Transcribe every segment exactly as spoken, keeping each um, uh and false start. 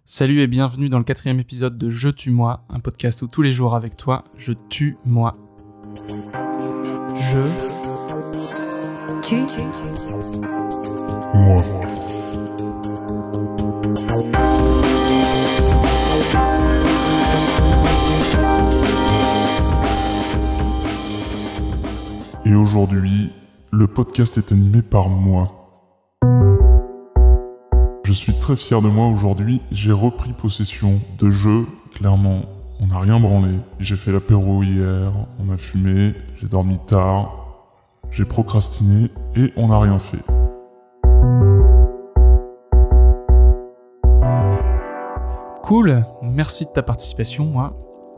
Salut et bienvenue dans le quatrième épisode de Je tue moi, un podcast où tous les jours avec toi, je tue moi. Je Tu Moi. Et aujourd'hui, le podcast est animé par moi. Je suis très fier de moi aujourd'hui, j'ai repris possession de jeu. Clairement, on n'a rien branlé. J'ai fait l'apéro hier, on a fumé, j'ai dormi tard, j'ai procrastiné et on n'a rien fait. Cool, merci de ta participation, moi.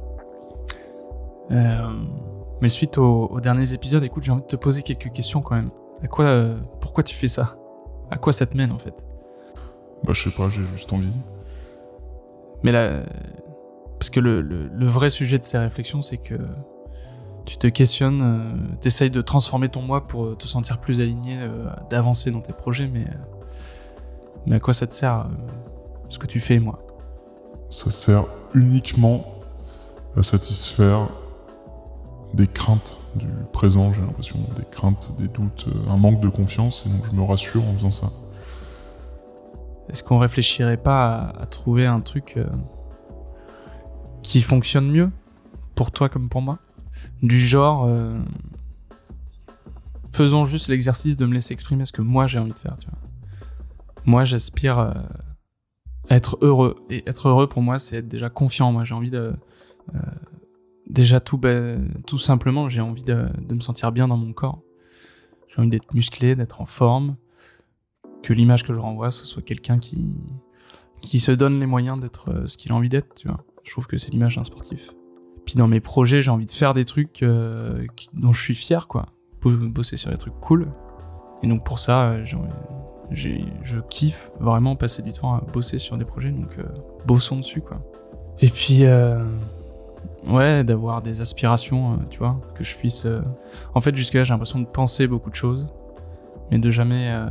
Euh, mais suite aux, aux derniers épisodes, écoute, j'ai envie de te poser quelques questions quand même. À quoi, euh, pourquoi tu fais ça ? À quoi ça te mène en fait ? Bah je sais pas, j'ai juste envie. Mais là, parce que le, le, le vrai sujet de ces réflexions, c'est que tu te questionnes, euh, t'essayes de transformer ton moi pour te sentir plus aligné, euh, d'avancer dans tes projets, mais, euh, mais à quoi ça te sert, euh, ce que tu fais, moi ? Ça sert uniquement à satisfaire des craintes du présent, j'ai l'impression, des craintes, des doutes, euh, un manque de confiance, et donc je me rassure en faisant ça. Est-ce qu'on réfléchirait pas à, à trouver un truc euh, qui fonctionne mieux pour toi comme pour moi ? Du genre, euh, faisons juste l'exercice de me laisser exprimer ce que moi j'ai envie de faire, tu vois. Moi j'aspire euh, à être heureux, et être heureux pour moi c'est être déjà confiant. Moi j'ai envie de... Euh, déjà tout, bah, tout simplement j'ai envie de, de me sentir bien dans mon corps. J'ai envie d'être musclé, d'être en forme, que l'image que je renvoie, ce soit quelqu'un qui, qui se donne les moyens d'être euh, ce qu'il a envie d'être, tu vois. Je trouve que c'est l'image d'un sportif. Puis dans mes projets, j'ai envie de faire des trucs euh, qui, dont je suis fier, quoi. Bosser sur des trucs cool. Et donc pour ça, euh, j'ai, j'ai, je kiffe vraiment passer du temps à bosser sur des projets, donc euh, bossons dessus, quoi. Et puis, euh, ouais, d'avoir des aspirations, euh, tu vois, que je puisse... Euh... En fait, jusque-là, j'ai l'impression de penser beaucoup de choses, mais de jamais... Euh...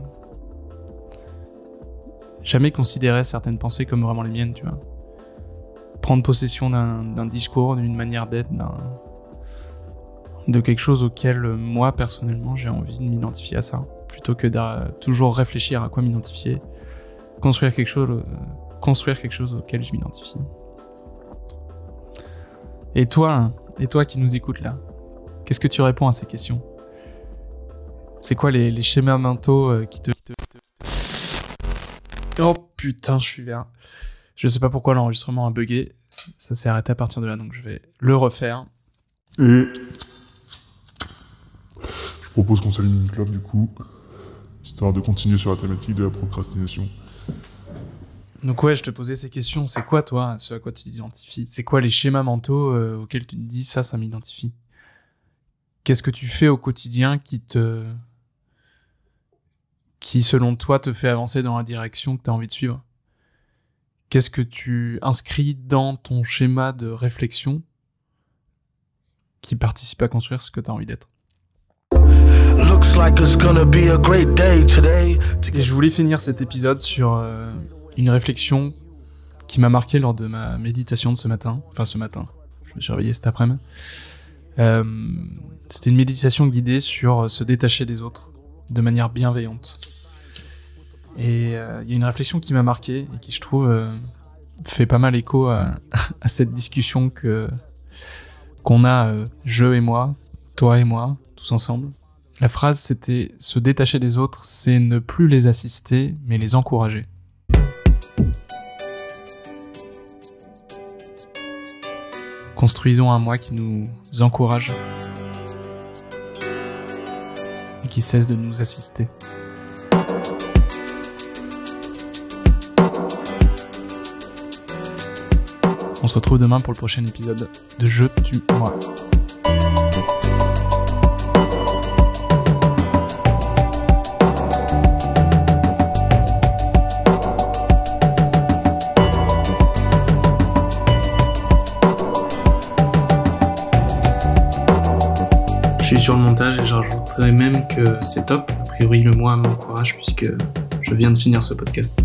jamais considérer certaines pensées comme vraiment les miennes, tu vois. Prendre possession d'un, d'un discours, d'une manière d'être, d'un, de quelque chose auquel moi, personnellement, j'ai envie de m'identifier à ça, plutôt que de toujours réfléchir à quoi m'identifier, construire quelque chose, euh, construire quelque chose auquel je m'identifie. Et toi, hein, et toi qui nous écoutes là, qu'est-ce que tu réponds à ces questions ? C'est quoi les, les schémas mentaux euh, qui te... Qui te, te... Oh putain, je suis vert. Je sais pas pourquoi l'enregistrement a bugué. Ça s'est arrêté à partir de là, donc je vais le refaire. Et je propose qu'on s'allume une clope du coup, histoire de continuer sur la thématique de la procrastination. Donc ouais, je te posais ces questions. C'est quoi toi, ce à quoi tu t'identifies ? C'est quoi les schémas mentaux euh, auxquels tu te dis ça, ça m'identifie ? Qu'est-ce que tu fais au quotidien qui te... qui selon toi te fait avancer dans la direction que tu as envie de suivre ? Qu'est-ce que tu inscris dans ton schéma de réflexion qui participe à construire ce que tu as envie d'être ? Et je voulais finir cet épisode sur euh, une réflexion qui m'a marqué lors de ma méditation de ce matin. Enfin ce matin, je me suis réveillé cet après-midi. Euh, c'était une méditation guidée sur se détacher des autres de manière bienveillante. Et il euh, y a une réflexion qui m'a marqué et qui, je trouve, euh, fait pas mal écho à, à cette discussion que qu'on a, euh, je et moi, toi et moi, tous ensemble. La phrase, c'était « Se détacher des autres, c'est ne plus les assister, mais les encourager. » Construisons un moi qui nous encourage et qui cesse de nous assister. On se retrouve demain pour le prochain épisode de Je tue moi. Je suis sur le montage et je rajouterais même que c'est top. A priori, le moi m'encourage puisque je viens de finir ce podcast.